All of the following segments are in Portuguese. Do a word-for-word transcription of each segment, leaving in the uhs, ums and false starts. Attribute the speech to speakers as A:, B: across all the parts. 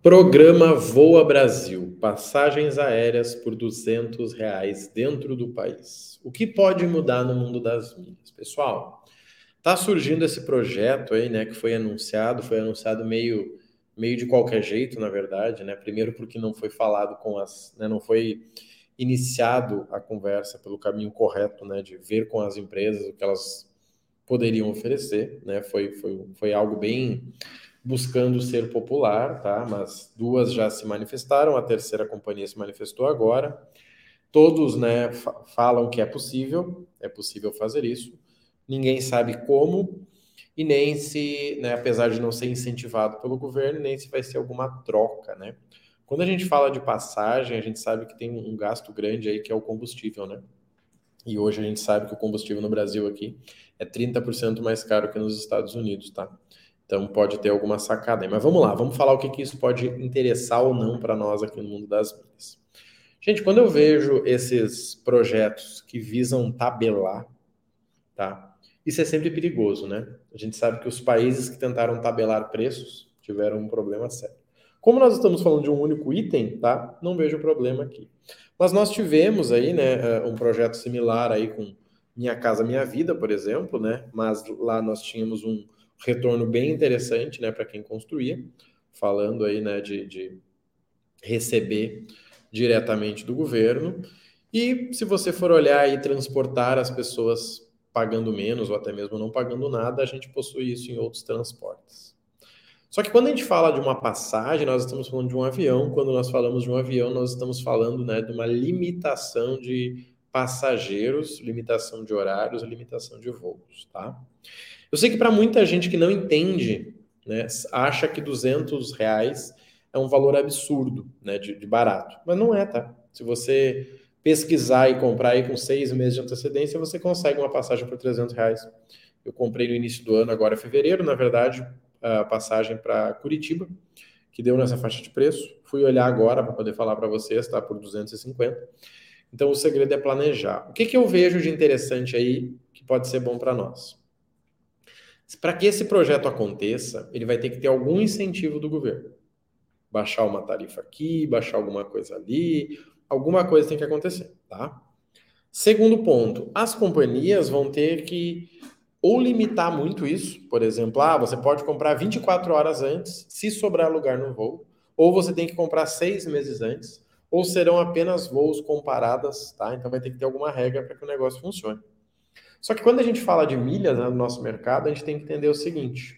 A: Programa Voa Brasil, passagens aéreas por duzentos reais dentro do país. O que pode mudar no mundo das milhas? Pessoal, tá surgindo esse projeto aí, né, que foi anunciado, foi anunciado meio, meio de qualquer jeito, na verdade, né? Primeiro porque não foi falado com as, né, não foi iniciado a conversa pelo caminho correto, né, de ver com as empresas o que elas poderiam oferecer, né? Foi, foi, foi algo bem buscando ser popular, tá? Mas duas já se manifestaram, a terceira companhia se manifestou agora. Todos, né, fa- falam que é possível, é possível fazer isso. Ninguém sabe como e nem se, né, apesar de não ser incentivado pelo governo, nem se vai ser alguma troca, né? Quando a gente fala de passagem, a gente sabe que tem um gasto grande aí que é o combustível, né? E hoje a gente sabe que o combustível no Brasil aqui é trinta por cento mais caro que nos Estados Unidos, tá? Então pode ter alguma sacada aí. Mas vamos lá, vamos falar o que, que isso pode interessar ou não para nós aqui no mundo das milhas. Gente, quando eu vejo esses projetos que visam tabelar, tá? Isso é sempre perigoso, né? A gente sabe que os países que tentaram tabelar preços tiveram um problema sério. Como nós estamos falando de um único item, tá? Não vejo problema aqui. Mas nós tivemos aí, né, eh, um projeto similar aí com Minha Casa Minha Vida, por exemplo, né? Mas lá nós tínhamos um retorno bem interessante, né, para quem construía, falando aí, né, de, de receber diretamente do governo. E se você for olhar e transportar as pessoas pagando menos ou até mesmo não pagando nada, a gente possui isso em outros transportes. Só que quando a gente fala de uma passagem, nós estamos falando de um avião. Quando nós falamos de um avião, nós estamos falando, né, de uma limitação de passageiros, limitação de horários, limitação de voos, tá? Eu sei que para muita gente que não entende, né, acha que duzentos reais é um valor absurdo, né, de, de barato. Mas não é, tá? Se você pesquisar e comprar aí com seis meses de antecedência, você consegue uma passagem por trezentos reais. Eu comprei no início do ano, agora é fevereiro, na verdade, a passagem para Curitiba, que deu nessa faixa de preço. Fui olhar agora para poder falar para vocês, tá? Por duzentos e cinquenta. Então o segredo é planejar. O que, que eu vejo de interessante aí que pode ser bom para nós? Para que esse projeto aconteça, ele vai ter que ter algum incentivo do governo. Baixar uma tarifa aqui, baixar alguma coisa ali, alguma coisa tem que acontecer, tá? Segundo ponto, as companhias vão ter que ou limitar muito isso, por exemplo, ah, você pode comprar vinte e quatro horas antes, se sobrar lugar no voo, ou você tem que comprar seis meses antes, ou serão apenas voos comparadas, tá? Então vai ter que ter alguma regra para que o negócio funcione. Só que quando a gente fala de milhas, né, no nosso mercado, a gente tem que entender o seguinte: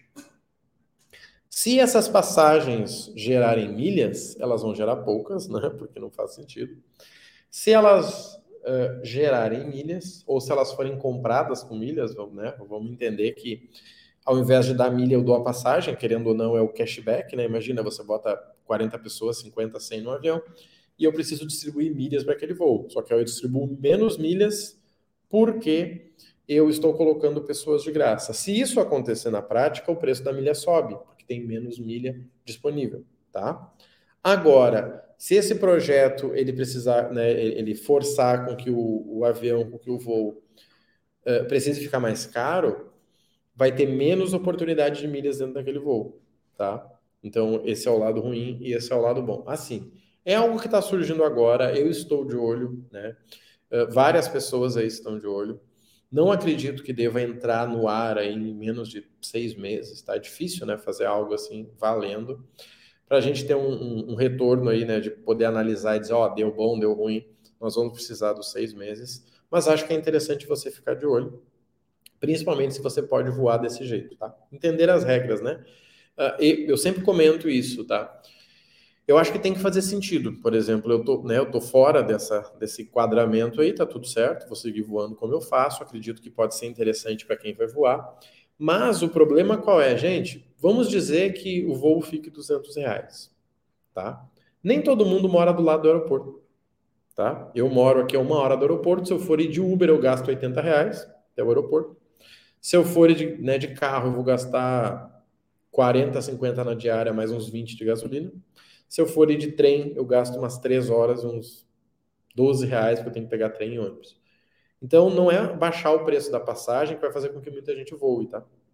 A: se essas passagens gerarem milhas, elas vão gerar poucas, né? Porque não faz sentido. Se elas uh, gerarem milhas, ou se elas forem compradas com milhas, vamos, né? Vamos entender que ao invés de dar milha, eu dou a passagem, querendo ou não, é o cashback, né? Imagina, você bota quarenta pessoas, cinquenta, cem no avião, e eu preciso distribuir milhas para aquele voo. Só que eu distribuo menos milhas porque eu estou colocando pessoas de graça. Se isso acontecer na prática, o preço da milha sobe, porque tem menos milha disponível, tá? Agora, se esse projeto ele precisar, né, ele forçar com que o, o avião, com que o voo uh, precise ficar mais caro, vai ter menos oportunidade de milhas dentro daquele voo, tá? Então, esse é o lado ruim e esse é o lado bom. Assim, é algo que está surgindo agora, eu estou de olho, né? Uh, várias pessoas aí estão de olho. Não acredito que deva entrar no ar aí em menos de seis meses, tá? É difícil, né, fazer algo assim valendo. Para a gente ter um, um, um retorno aí, né, de poder analisar e dizer, ó, oh, deu bom, deu ruim, nós vamos precisar dos seis meses. Mas acho que é interessante você ficar de olho, principalmente se você pode voar desse jeito, tá? Entender as regras, né? Uh, e eu sempre comento isso, tá? Eu acho que tem que fazer sentido. Por exemplo, eu tô, né, eu tô fora dessa, desse quadramento aí, tá tudo certo, vou seguir voando como eu faço, acredito que pode ser interessante para quem vai voar. Mas o problema qual é, gente? Vamos dizer que o voo fique duzentos reais, tá? Nem todo mundo mora do lado do aeroporto, tá? Eu moro aqui a uma hora do aeroporto, se eu for ir de Uber eu gasto oitenta reais até o aeroporto. Se eu for de, né, de carro, eu vou gastar quarenta, cinquenta na diária, mais uns vinte de gasolina. Se eu for ir de trem, eu gasto umas três horas, uns doze reais, porque eu tenho que pegar trem e ônibus. Então, não é baixar o preço da passagem que vai fazer com que muita gente voe, tá?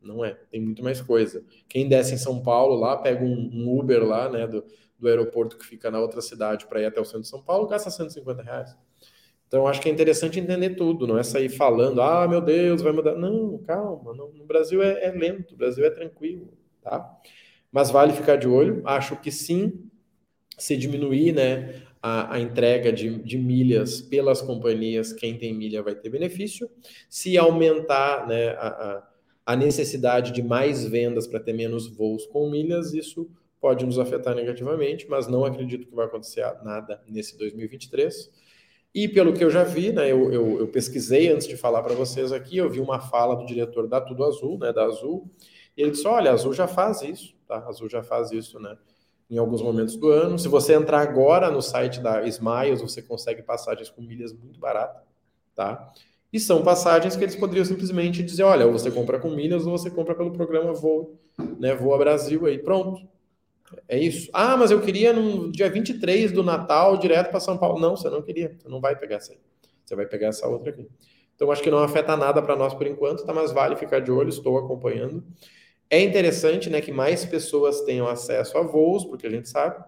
A: Não é, tem muito mais coisa. Quem desce em São Paulo lá, pega um, um Uber lá, né, do, do aeroporto que fica na outra cidade para ir até o centro de São Paulo, gasta cento e cinquenta reais. Então, acho que é interessante entender tudo, não é sair falando, ah, meu Deus, vai mudar. Não, calma, não, no Brasil é, é lento, o Brasil é tranquilo, tá? Mas vale ficar de olho. Acho que sim, se diminuir, né, a, a entrega de, de milhas pelas companhias, quem tem milha vai ter benefício. Se aumentar, né, a, a, a necessidade de mais vendas para ter menos voos com milhas, isso pode nos afetar negativamente, mas não acredito que vai acontecer nada nesse dois mil e vinte e três. E pelo que eu já vi, né, eu, eu, eu pesquisei antes de falar para vocês aqui, eu vi uma fala do diretor da Tudo Azul, né, da Azul, e ele disse, olha, a Azul já faz isso, tá? A Azul já faz isso, né, em alguns momentos do ano. Se você entrar agora no site da Smiles, você consegue passagens com milhas muito baratas, tá? E são passagens que eles poderiam simplesmente dizer, olha, ou você compra com milhas ou você compra pelo programa Voo, né, Voa Brasil aí, pronto. É isso. Ah, mas eu queria no dia vinte e três do Natal, direto para São Paulo. Não, você não queria. Você não vai pegar essa aí. Você vai pegar essa outra aqui. Então, acho que não afeta nada para nós por enquanto, tá? Mas vale ficar de olho, estou acompanhando. É interessante, né, que mais pessoas tenham acesso a voos, porque a gente sabe,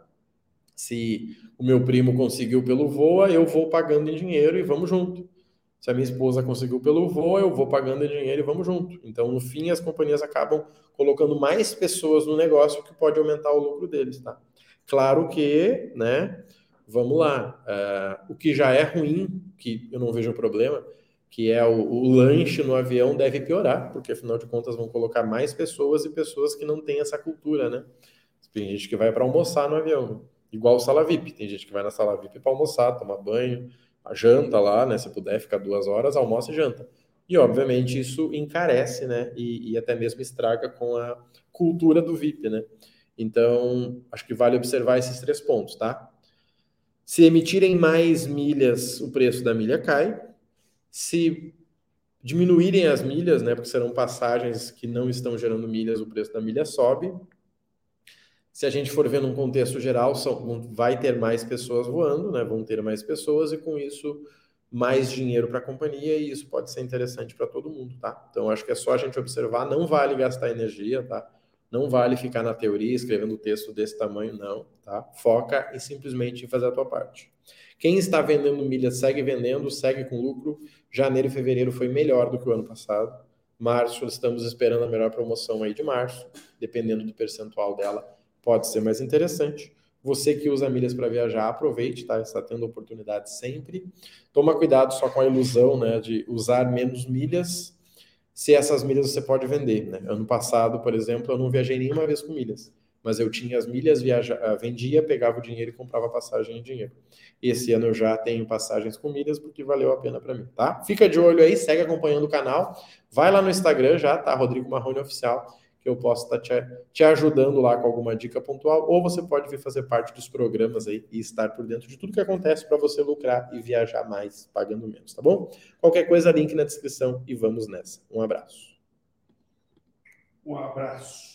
A: se o meu primo conseguiu pelo Voa, eu vou pagando em dinheiro e vamos junto. Se a minha esposa conseguiu pelo Voa, eu vou pagando em dinheiro e vamos junto. Então, no fim, as companhias acabam colocando mais pessoas no negócio, que pode aumentar o lucro deles, tá? Claro que, né, vamos lá, uh, o que já é ruim, que eu não vejo problema, que é o, o lanche no avião deve piorar, porque afinal de contas vão colocar mais pessoas e pessoas que não têm essa cultura, né? Tem gente que vai para almoçar no avião, igual sala V I P. Tem gente que vai na sala V I P para almoçar, tomar banho, a janta lá, né? Se puder ficar duas horas, almoça e janta. E, obviamente, isso encarece, né? E, e até mesmo estraga com a cultura do V I P, né? Então, acho que vale observar esses três pontos, tá? Se emitirem mais milhas, o preço da milha cai. Se diminuírem as milhas, né? Porque serão passagens que não estão gerando milhas, o preço da milha sobe. Se a gente for ver num contexto geral, são, vai ter mais pessoas voando, né? Vão ter mais pessoas e com isso mais dinheiro para a companhia e isso pode ser interessante para todo mundo, tá? Então acho que é só a gente observar, não vale gastar energia, tá? Não vale ficar na teoria escrevendo texto desse tamanho, não, tá? Foca em simplesmente fazer a tua parte. Quem está vendendo milhas segue vendendo, segue com lucro. Janeiro e fevereiro foi melhor do que o ano passado. Março, estamos esperando a melhor promoção aí de março, dependendo do percentual dela, pode ser mais interessante. Você que usa milhas para viajar, aproveite, tá? Está tendo oportunidade sempre. Toma cuidado só com a ilusão, né, de usar menos milhas, se essas milhas você pode vender, né? Ano passado, por exemplo, eu não viajei nenhuma vez com milhas, mas eu tinha as milhas, viaja... vendia, pegava o dinheiro e comprava passagem em dinheiro. Esse ano eu já tenho passagens com milhas porque valeu a pena para mim, tá? Fica de olho aí, segue acompanhando o canal. Vai lá no Instagram já, tá? Rodrigo Marrone Oficial, que eu posso estar te, te ajudando lá com alguma dica pontual, ou você pode vir fazer parte dos programas aí e estar por dentro de tudo que acontece para você lucrar e viajar mais, pagando menos, tá bom? Qualquer coisa, link na descrição e vamos nessa. Um abraço.
B: Um abraço.